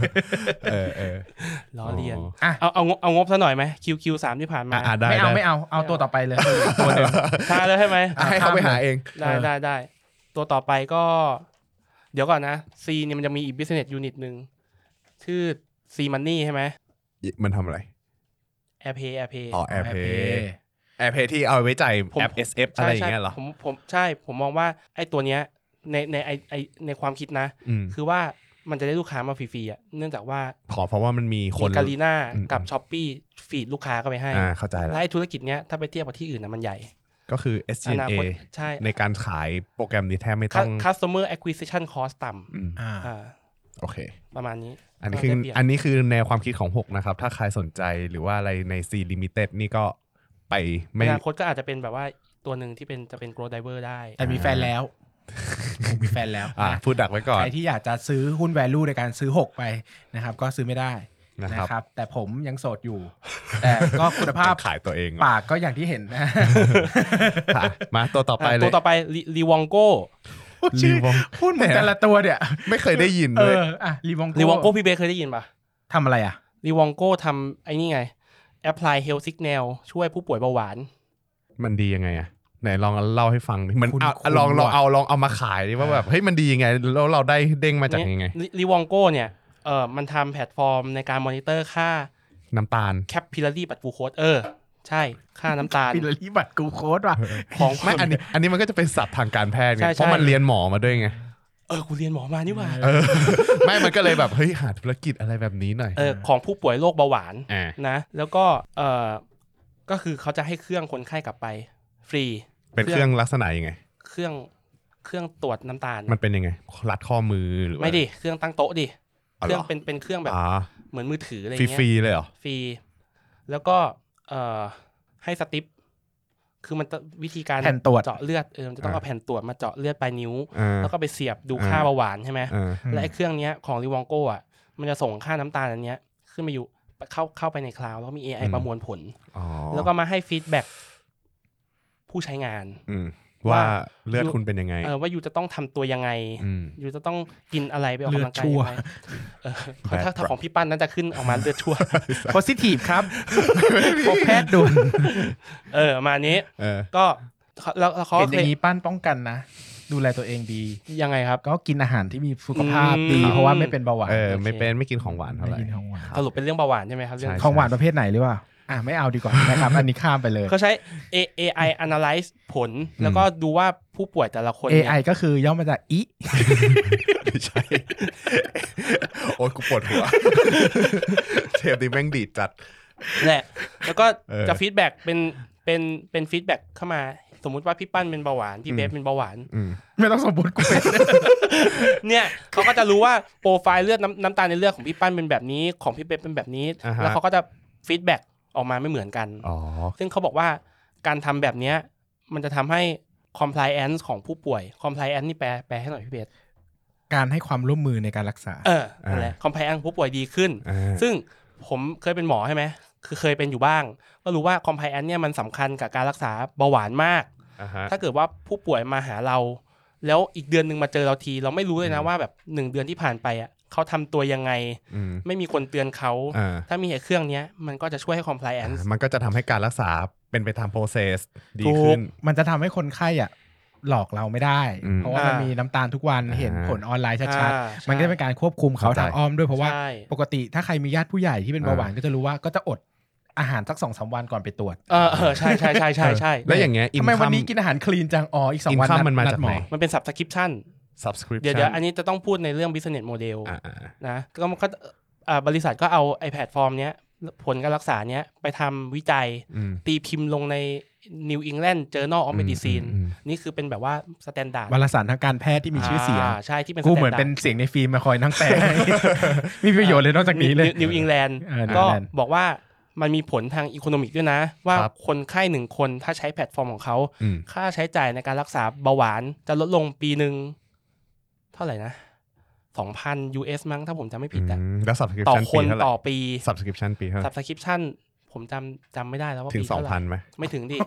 S2: ล้อเลียนเอางบซะหน่อยไหม Q3 ที่ผ่านมา
S1: ไม่เอาตัวต่อไปเลยตัวนึง
S2: ใช่แล้วใช่ไหม
S3: ให้เขาไปหาเอง
S2: ได้ตัวต่อไปก็เดี๋ยวก่อนนะ C เนี่ยมันจะมีอีก business unit นึงชื่อ C Money ใช่ไหม
S3: มันทำอะไร
S2: AirPay
S3: AirPay ที่เอาไว้จ่ายแอป SF อะไรอย่างเงี้ยเหรอ
S2: ผมมองว่าไอ้ตัวเนี้ยในความคิดนะคือว่ามันจะได้ลูกค้ามาฟรีๆอ่ะเนื่องจากว่า
S3: เพราะว่ามันมีคน
S2: กาลีน่ากับ Shopee ฟีดลูกค้าก็ไปให้
S3: เข้าใจแล้ว
S2: และไอ้ธุรกิจเนี้ยถ้าไปเทียบกับที่อื่นนะมันใหญ่
S3: ก็คือ SG&A ในการขายโปรแกรมนี้แทบไม่ต้อง
S2: Customer Acquisition Cost ต่
S3: ำโอเค
S2: ประมาณนี้
S3: อันนี้คือแนวความคิดของ6นะครับถ้าใครสนใจหรือว่าอะไรใน C Limited นี่ก็ไปไม่
S2: อนาคตก็อาจจะเป็นแบบว่าตัวหนึ่งที่จะเป็น growth driver ได้
S1: แต่มีแฟนแล้วมีแฟนแล้ว
S3: พูดดักไว้ก่อน
S1: ใครที่อยากจะซื้อหุ้น value ในการซื้อ6ไปนะครับก็ซื้อไม่ได้นะครับแต่ผมยังโสดอยู่แต่ก็คุณภาพ
S3: ขายตัวเอง
S1: ปากก็อย่างที่เห็นนะ
S3: มาตัวต่อไปเลย
S2: ตัวต่อไปรีวองโก้
S1: พูดเหมือนแต่ละตัวเนี่ย
S3: ไม่เคยได้ยินเลย
S1: รีวอง
S2: โก้พี่เบสเคยได้ยินป่ะ
S1: ทำอะไร
S2: รีวองโก้ทำไอ้นี่ไง Apply Health Signal ช่วยผู้ป่วยเบาหวาน
S3: มันดียังไงไหนลองเล่าให้ฟังดิมันลองเอามาขายดิว่าแบบเฮ้ยมันดียังไงแล้วเราได้เด้งมาจากยังไง
S2: รีวองโก้เนี่ยมันทำแพลตฟอร์มในการมอนิเตอร์ค่า
S3: น้ำตาล
S2: แคปพิลลารีบัตรกูโคสใช่ค่าน้ำตาล
S1: พิลลารีบัตรกูโคสว่ะ
S3: ของไม่อันนี้มันก็จะเป็นศัพท์ทางการแพทย์ไงเพราะมันเรียนหมอมาด้วยไง
S2: กูเรียนหมอมานี่หว่า
S3: ไม่มันก็เลยแบบเฮ้ยหาธุรกิจอะไรแบบนี้หน่อย
S2: ของผู้ป่วยโรคเบาหวานนะแล้วก็ก็คือเขาจะให้เครื่องคนไข้กลับไปฟรี
S3: เป็นเครื่องลักษณะยังไง
S2: เครื่องตรวจน้ำตาล
S3: มันเป็นยังไงรัดข้อมือหรือ
S2: ไม่ดิเครื่องตั้งโต๊ะดิเครื่องเป็นเครื่องแบบเหมือนมือถืออะไรเงี้ย
S3: ฟรีเลยเหรอ
S2: ฟรีแล้วก็ให้สติ๊ปคือมันวิธีการ
S1: แผ่นตรวจ
S2: เจาะเลือดมันจะต้องเอาแผ่นตรวจมาเจาะเลือดปลายนิ้วแล้วก็ไปเสียบดูค่าเบาหวานใช่ไหมและไอ้เครื่องนี้ของรีวองโก้มันจะส่งค่าน้ำตาลอันเนี้ยขึ้นมาอยู่เข้าไปในคลาวด์แล้วมี AI ประมวลผลแล้วก็มาให้ฟีดแบ็กผู้ใช้งาน
S3: ว่าเลือดคุณเป็นยังไง
S2: ว่าอยู่จะต้องทำตัวยังไงอยู่จะต้องกินอะไรไปออกกำลังกายยังไงถ้าของพี่ปั้นนั้นจะขึ้นออกมาเลือดชั่ว
S1: positive ครับพบแพทย์ด่วน
S2: มานี้ก็แล้วเขา
S1: เห็นอย่างนี้ปั้นป้องกันนะดูแลตัวเองดี
S2: ยังไงครับ
S1: ก็กินอาหารที่มีสุขภาพดีเพราะว่าไม่เป็นเบาหวาน
S3: ไม่กินของหวานเท่าไหร่
S2: สรุปเป็นเรื่องเบาหวานใช่ไหมครับ
S1: ของหวานประเภทไหนหรือว่าไม่เอาดีกว่านะครับอันนี้ข้ามไปเลย
S2: เขาใช้ AI analyze ผลแล้วก็ดูว่าผู้ป่วยแต่ละคน
S1: AI ก็คือย่อมาจากอี
S3: ไม่ใช่โอ๊ยกูปวดหัวเทปนี้แม่งดีดจัด
S2: แหละแล้วก็จะฟีดแบ็กเป็นเป็นฟีดแบ็กเข้ามาสมมุติว่าพี่ปั้นเป็นเบาหวานพี่เบฟเป็นเบาหวาน
S1: ไม่ต้องสมมุติกูเป็น
S2: เนี่ยเขาก็จะรู้ว่าโปรไฟล์เลือดน้ำตาลในเลือดของพี่ปั้นเป็นแบบนี้ของพี่เบฟเป็นแบบนี้แล้วเขาก็จะฟีดแบ็กออกมาไม่เหมือนกันซึ่งเขาบอกว่าการทำแบบนี้มันจะทำให้ compliance ของผู้ป่วย compliance นี่แปลให้หน่อยพี่เบฟ
S1: การให้ความร่วมมือในการรักษา
S2: นั่นแหละ compliance ผู้ป่วยดีขึ้นซึ่งผมเคยเป็นหมอใช่ไหมคือเคยเป็นอยู่บ้างก็รู้ว่า compliance เนี่ยมันสำคัญกับการรักษาเบาหวานมากถ้าเกิดว่าผู้ป่วยมาหาเราแล้วอีกเดือนนึงมาเจอเราทีเราไม่รู้เลยนะว่าแบบ1เดือนที่ผ่านไปอ่ะเขาทำตัวยังไงไม่มีคนเตือนเขาถ้ามีเครื่องนี้มันก็จะช่วยให้ compliance
S3: มันก็จะทำให้การรักษาเป็นไปตาม process ดีขึ้น
S1: มันจะทำให้คนไข้อ่ะหลอกเราไม่ได้เพราะว่ามันมีน้ำตาลทุกวันเห็นผลออนไลน์ชัดๆมันก็จะเป็นการควบคุมเขาทางอ้อมด้วยเพราะว่าปกติถ้าใครมีญาติผู้ใหญ่ที่เป็นเบาหวานก็จะรู้ว่าก็จะอดอาหารสัก 2-3 วันก่อนไปตรวจ
S2: ใช่
S3: แล้วอย่างเงี้ย
S1: ทำไมวันนี้กินอาหารคลีนจังอีก2วัน
S3: มันมาจากไหน
S2: มันเป็น subscription เดี๋ยวอันนี้จะต้องพูดในเรื่อง business model นะก็บริษัทก็เอาไอ้แพลตฟอร์มเนี้ยผลการรักษาเนี้ยไปทำวิจัยตีพิมพ์ลงใน New England Journal of Medicine นี่คือเป็นแบบว่าสแตนดาร์ด
S1: วารสารทางการแพทย์ที่มีชื่อเสียง
S2: ใช่ที่เป็น
S1: กูเหมือนเป็นเสียงในฟิล์มมาคอยนั่งแปลมีประโยชน์เลยนอกจากนี้เลย
S2: New England ก็บอกว่ามันมีผลทางอีโคโนมิกด้วยนะว่าคนไข้1คนถ้าใช้แพลตฟอร์มของเขาค่าใช้จ่ายในการรักษาเบาหวานจะลดลงปีนึงเท่าไหร่นะ 2,000 US มั้งถ้าผมจำไม่ผิด
S3: แล้ว subscription
S2: ต่อคนต่อปี
S3: subscription ปีเท่าไหร่
S2: subscription ผมจำไม่ได้แล้วว่า
S3: ถึง 2,000 ไหม
S2: ไม่ถึงดิ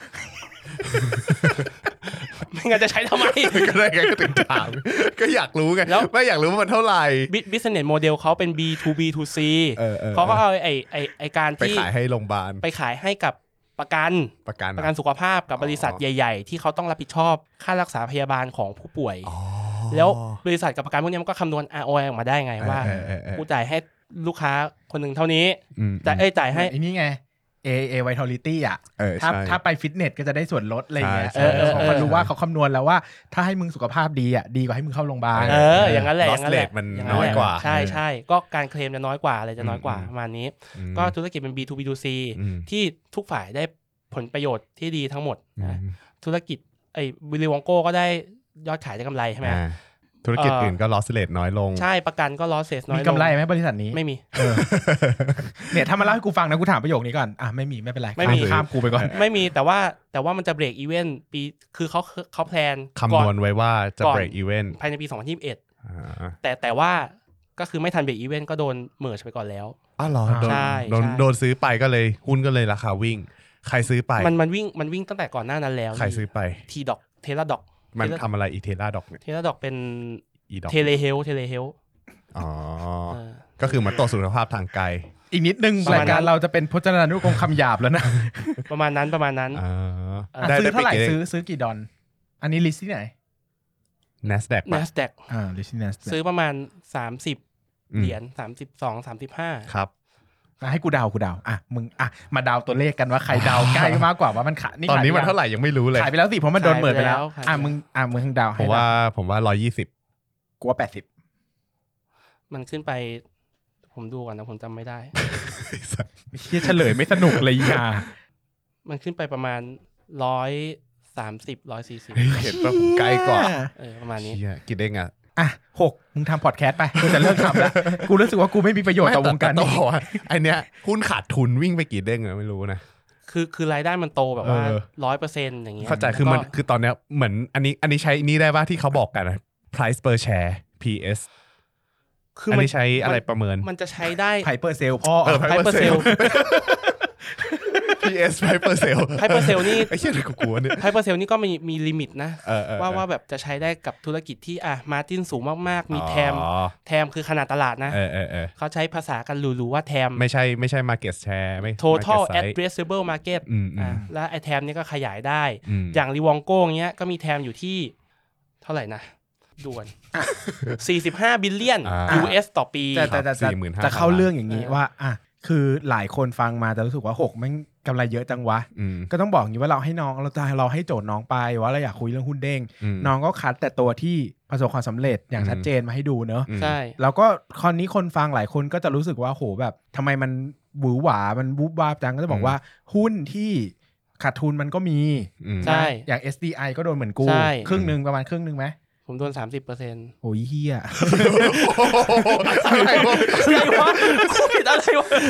S2: ไม่งั้นจะใช้ทำไม
S3: ก็ได้ไงก็ถึงถามก็อยากรู้ไงไม่อยากรู้ว่ามันเท่าไหร่
S2: business model เขาเป็น B2B2C เขาก็เอาไอการที่
S3: ไปขายให้โรงพยาบาล
S2: ไปขายให้กับประกันสุขภาพกับบริษัทใหญ่ๆที่เขาต้องรับผิดชอบค่ารักษาพยาบาลของผู้ป่วยแล้วบริษัทกับประกันพวกนี้มันก็คำนวณ ROI ออกมาได้ไงว่าผู้จ่ายให้ลูกค้าคนหนึ่งเท่านี้จ่ายให้
S1: ไอ้นี่ไงAA Vitality อ่ะถ้าไปฟิตเนสก็จะได้ส่วนลดอะไรเงี้ยเขารู้ว่าเขาคำนวณแล้วว่าถ้าให้มึงสุขภาพดีอ่ะดีกว่าให้มึงเข้าโรงพยาบาล
S2: อย่างนั้นแหละ
S3: loss rate มันน้อยกว่า
S2: ใช่ก็การเคลมจะน้อยกว่าอะไรจะน้อยกว่าประมาณนี้ก็ธุรกิจเป็น B2B2C ที่ทุกฝ่ายได้ผลประโยชน์ที่ดีทั้งหมดนะธุรกิจวิลลี่วองโก้ก็ได้ยอดขายได้กำไรใช่ไหม
S3: ธุรกิจอื่นก็ loss rate น้อยลง
S2: ใช่ประกันก็ loss rate น้อยลง
S1: มีกำไรไหมบริษัทนี้
S2: ไม่มี
S1: เนี่ยถ้ามาเล่าให้กูฟังนะกูถามประโยคนี้ก่อนไม่มีไม่เป็นไรข้ามกูไปก่อน
S2: ไม่มีแต่ว่ามันจะ break even ปีคือเขาแพลน
S3: คำนวณไว้ว่าจะ break even
S2: ภายในปี2021แต่ว่าก็คือไม่ทัน break even ก็โดนเมิร์จไปก่อนแล้ว
S3: เหรอโดนซื้อไปก็เลยหุ้นก็เลยราคาวิ่งใครซื้อไป
S2: มันวิ่งตั้งแต่ก่อนหน้านั้นแล้ว
S3: ใครซื้อไป
S2: T-Doc Teladoc
S3: มันทำอะไรอีเทล่าดอกเนี่ย
S2: เทล่าดอกเป็นเทเลเฮล
S3: อ๋อก็คือมันต่อสุขภาพทางกาย
S1: อีกนิดนึงรายการเราจะเป็นพจนานุกรมคำหยาบแล้วนะ
S2: ประมาณนั้น
S1: ซื้อเท่าไหร่ซื้อกี่ดอลอันนี้ลิสต์ที่ไหน
S2: NASDAQ
S1: ลิสต์ที่ NASDAQ
S2: ซื้อประมาณ30เหรียญ32-35
S3: ครับ
S1: ให้กูเดามึงมาเดาตัวเลขกันว่าใครเดาใกล้มากกว่าว่ามันขาย
S3: ตอนนี้มันเท่าไหร่ยังไม่รู้เลย
S1: ขายไปแล้วสิเพราะมันโดนเมิดไปแล้วมึงเดา
S3: ให้ผมว่า120
S1: กูว่า80
S2: มันขึ้นไปผมดูก่อนนะผมจำไม่ได้
S1: เหี้ยเฉลยไม่สนุกเลยอ่ะ
S2: มันขึ้นไปประมาณ130-140
S3: เห็นป่ะผมใกล้กว่า
S2: ประมาณนี้
S3: กินได้ไง
S1: 6มึงทำพอดแคสต์ไปกูจะเลิกทำแล้วกูรู้สึกว่ากูไม่มีประโยชน์ต่อวงการ
S3: นี้ไอเนี้ยหุ้นขาดทุนวิ่งไปกี่เด้งไม่รู้นะ
S2: คือรายได้มันโตแบบว่า 100% อย่างเงี้ย
S3: เข้าใจคือตอนเนี้ยเหมือนอันนี้ใช้นี่ได้ป่ะที่เขาบอกกันนะ price per share PS คือมันใช้อะไรประเมิน
S2: มันจะใช้ได้
S1: price per sale พ่อ
S2: price per sale
S3: PS Hyper Sale
S2: Hyper Sale นี่
S3: ไอ้เหี้ยกูกลัวเนี่ย
S2: Hyper Sale นี่ก็มีลิมิตนะว่าแบบจะใช้ได้กับธุรกิจที่มาร์จิ้นสูงมากๆมีแทมคือขนาดตลาดนะเขาใช้ภาษากันหรูๆว่าแทม
S3: ไม่ใช่ market share ไม่
S2: total addressable market แล้วไอ้แทมนี่ก็ขยายได้อย่างรีวองโก้เงี้ยก็มีแทมอยู่ที่เท่าไหร่นะด่วน45 บิลเลียน US ต่อปี
S1: แต่เข้าเรื่องอย่างนี้ว่าคือหลายคนฟังมาจะรู้สึกว่า6มันกำไรเยอะจังวะก็ต้องบอกอย่างนี้ว่าเราให้โจทย์น้องไปว่าเราอยากคุยเรื่องหุ้นเด้งน้องก็คัดแต่ตัวที่ประสบความสำเร็จอย่างชัดเจนมาให้ดูเนอะ
S2: ใช่
S1: แล้วก็คราวนี้คนฟังหลายคนก็จะรู้สึกว่าโหแบบทำไมมันหวือหวามันบู๊บวาบจังก็จะบอกว่าหุ้นที่ขาดทุนมันก็มี
S2: ใช่
S1: อย่าง SDI ก็โดนเหมือนกูครึ่งนึงประมาณครึ่งนึงไหม
S2: ผมโดน 30%
S1: โอ้ยเหี้ย
S2: อะไรวะผิดอะไรวะ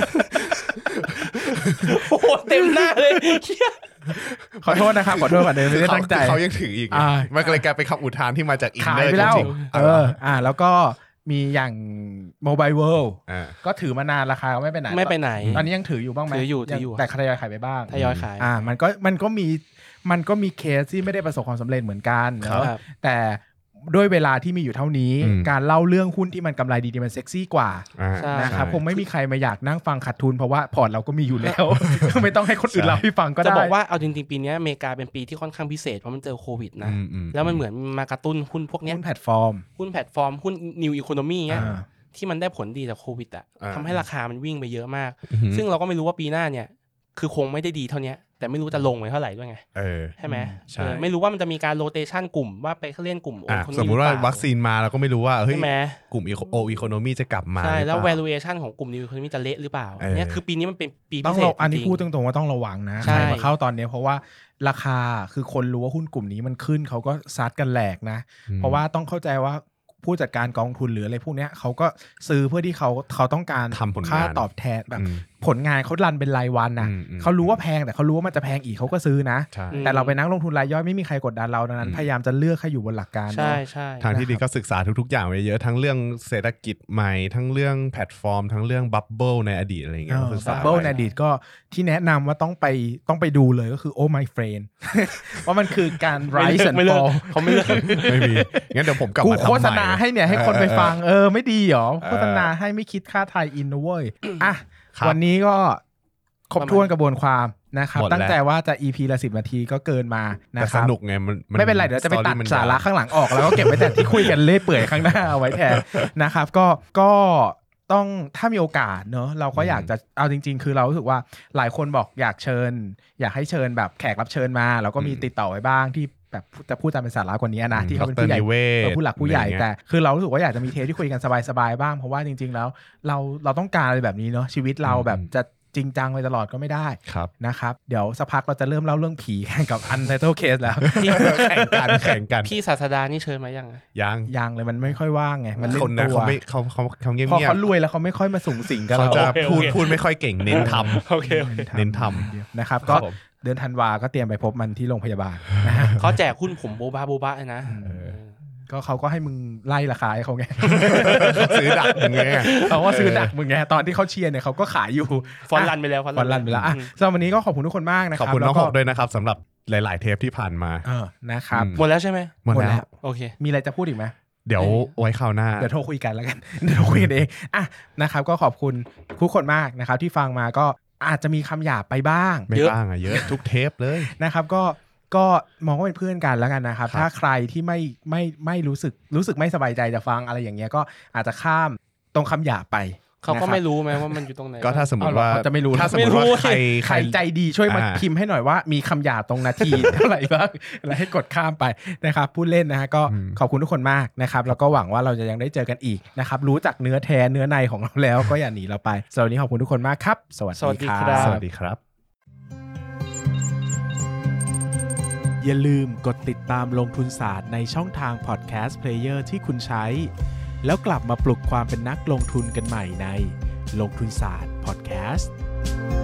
S2: โอ้เต็มหน้าเลย
S1: ขอโทษนะครับขอโทษก่อนเดินไม่ได้ตั้งใจ
S3: เขายังถืออีกมันเลยกลายเป็นคำอุทานที่มาจากอินเนอร์จริง
S1: แล้วก็มีอย่าง Mobile World ก็ถือมานานราคาไม่ไปไหนตอนนี้ยังถืออยู่บ้างไหม
S2: ถืออยู่
S1: แต่ทยอยขายไปบ้าง
S2: ทยอยขาย
S1: มันก็มีเคสที่ไม่ได้ประสบความสำเร็จเหมือนกันเนาะแต่ด้วยเวลาที่มีอยู่เท่านี้การเล่าเรื่องหุ้นที่มันกำไรดีๆมันเซ็กซี่กว่านะครับคงไม่มีใครมาอยากนั่งฟังขาดทุนเพราะว่าพอร์ตเราก็มีอยู่แล้วไม่ต้องให้คนอื่นเล่าให้ฟังก็ได้
S2: จะบอกว่าเอาจริงๆปีนี้อเมริกาเป็นปีที่ค่อนข้างพิเศษเพราะมันเจอโควิดนะแล้วมันเหมือนมากระตุ้นหุ้นพวกนี้
S1: หุ้นแพลตฟอร์ม
S2: หุ้น New Economy เงี้ยที่มันได้ผลดีจากโควิดทำให้ราคามันวิ่งไปเยอะมากซึ่งเราก็ไม่รู้ว่าปีหน้าเนี่ยคือคงไม่ได้ดีเท่านี้แต่ไม่รู้จะลงไปเท่าไหร่ด้วยไงใช่ไหมไม่รู้ว่ามันจะมีการโรเตชันกลุ่มว่าไปเล่นกลุ่ม
S3: สมมุติว่าวัคซีนมาเราก็ไม่รู้ว่าเฮ้ยกลุ่มอีโคโนมีจะกลับมา
S2: ใช่แล้ว valuation ของกลุ่ม New Economy จะเละหรือเปล่าเนี่ยคือปีนี้มันเป็นปีพิเศษ
S1: อันนี้พูดตรงๆว่าต้องระวังนะใครมาเข้าตอนนี้เพราะว่าราคาคือคนรู้ว่าหุ้นกลุ่มนี้มันขึ้นเขาก็ซัดกันแหลกนะเพราะว่าต้องเข้าใจว่าผู้จัดการกองทุนหรืออะไรพวกนี้เขาก็ซื้อเพื่อที่เขาต้องการค่าตอบแทนแบบผลงานเขารันเป็นรายวันนะเขารู้ว่าแพงแต่เขารู้ว่ามันจะแพงอีกเขาก็ซื้อนะแต่เราไปนักลงทุนรายย่อยไม่มีใครกดดันเราดังนั้นพยายามจะเลือกให้อยู่บนหลักการ
S2: ใช่ใช่
S3: ทางที่ดีก็ศึกษาทุกๆอย่างไว้เยอะทั้งเรื่องเศรษฐกิจใหม่ทั้งเรื่องแพลตฟอร์มทั้งเรื่องบับเบิ้ลในอดีตอะไรเงี้ย
S1: บับเบิ้ลในอดีตก็ที่แนะนำว่าต้องไปดูเลยก็คือ Oh My Friend ว่ามันคือการ rise and fall
S2: เขาไม่เลือก
S3: ไม่มีงั้นเดี๋ยวผมกลับมาทำใหม่
S1: โฆษณาให้เนี่ยให้คนไปฟังไม่ดีหรอโฆษณาให้ไม่คิดค่าไทยอินนะเว้ยอ่ะวันนี้ก็ครบถ้วนกระบวนความนะครับตั้งใจว่าจะ EP ละ10 นาทีก็เกินมานะครับ
S3: สนุกไงมัน
S1: ไม่เป็นไรเดี๋ยวจะไปตัดสาระข้างหลังออกแล้วก็เก็บไว้แต่ที่คุยกันเล่อยเปื่อยข้างหน้าเอาไว้แทนนะครับก็ต้องถ้ามีโอกาสเนอะเราก็อยากจะเอาจริงๆคือเรารู้สึกว่าหลายคนบอกอยากให้เชิญแบบแขกรับเชิญมาเราก็มีติดต่อไว้บ้างที่แบบจะพูดตามเป็นสาระกว่านี้นะที่เขาเป็นผู้ใหญ่ผู้หลักผู้ใหญ่แต่คือเรารู้สึกว่าอยากจะมีเทปที่คุยกันสบายๆบ้างเพราะว่าจริงๆแล้วเราต้องการอะไรแบบนี้เนาะชีวิตเราแบบจะจริงจังไปตลอดก็ไม่ได้นะครับเดี๋ยวสักพักเราจะเริ่มเล่าเรื่องผีแข่งกับ Untitled Case แล้ว
S3: แข่งกัน
S2: พี่ศาสดานี่เชิญมา
S1: ยังเลยมันไม่ค่อยว่างไงมันเล่นตัว
S3: เขาเงียบๆ
S1: พอเขารวยแล้วเขาไม่ค่อยมาสูงสิงกับเรา
S3: เขาจะพูดไม่ค่อยเก่งเน้นทำ
S2: โอเค
S3: เน้นทำ
S1: นะครับก็เดือนธันวาก็เตรียมไปพบมันที่โรงพยาบาล
S2: เขาแจกหุ้นผมโบบะนะ
S1: ก็เขาก็ให้มึงไล่ราคาให้เขาไง
S3: ซื้อดักมึงไง
S1: เขาก็ซื้อดักมึงไงตอนที่เขาเชียร์เนี่ยเขาก็ขายอยู่
S2: ฟอนรันไปแล้ว
S1: ฟอนรันไปแล้วสำหรับวันนี้ก็ขอบคุณทุกคนมากนะครับ
S3: ขอบคุณน้องหกด้วยนะครับสำหรับหลายๆเทปที่ผ่านมา
S1: นะครับ
S2: หมดแล้วใช่ไหม
S3: หมดแล้ว
S2: โอเค
S1: มีอะไรจะพูดอีกไหม
S3: เดี๋ยวไว้คราวหน้า
S1: เดี๋ยวโทรคุยกันแล้วกันเดี๋ยวคุยกันเองนะครับก็ขอบคุณทุกคนมากนะครับที่ฟังมาก็อาจจะมีคำหยาบไปบ้าง
S3: เยอะทุกเทปเลย
S1: นะครับก็มองว่าเป็นเพื่อนกันแล้วกันนะครับถ้าใครที่ไม่รู้สึกไม่สบายใจจะฟังอะไรอย่างเงี้ยก็อาจจะข้ามตรงคำหยาบไป
S2: เขาก็ไม่รู้ไหมว่ามันอยู่ตรงไหน
S3: ก็ถ้าสมมติว่า
S1: จะไม่รู้
S3: ถ้าสมมติว่า
S1: ใครใจดีช่วยมาพิมพ์ให้หน่อยว่ามีคำหยาบตรงนาทีเท่าไหร่บ้างแล้วให้กดข้ามไปนะครับพูดเล่นนะฮะก็ขอบคุณทุกคนมากนะครับแล้วก็หวังว่าเราจะยังได้เจอกันอีกนะครับรู้จักเนื้อแท้เนื้อในของเราแล้วก็อย่าหนีเราไปสำหรับวันนี้ขอบคุณทุกคนมากครับสวัสดี
S3: ครับ
S1: อย่าลืมกดติดตามลงทุนศาสตร์ในช่องทางพอดแคสต์เพลเยอร์ที่คุณใช้แล้วกลับมาปลุกความเป็นนักลงทุนกันใหม่ในลงทุนศาสตร์พอดแคสต์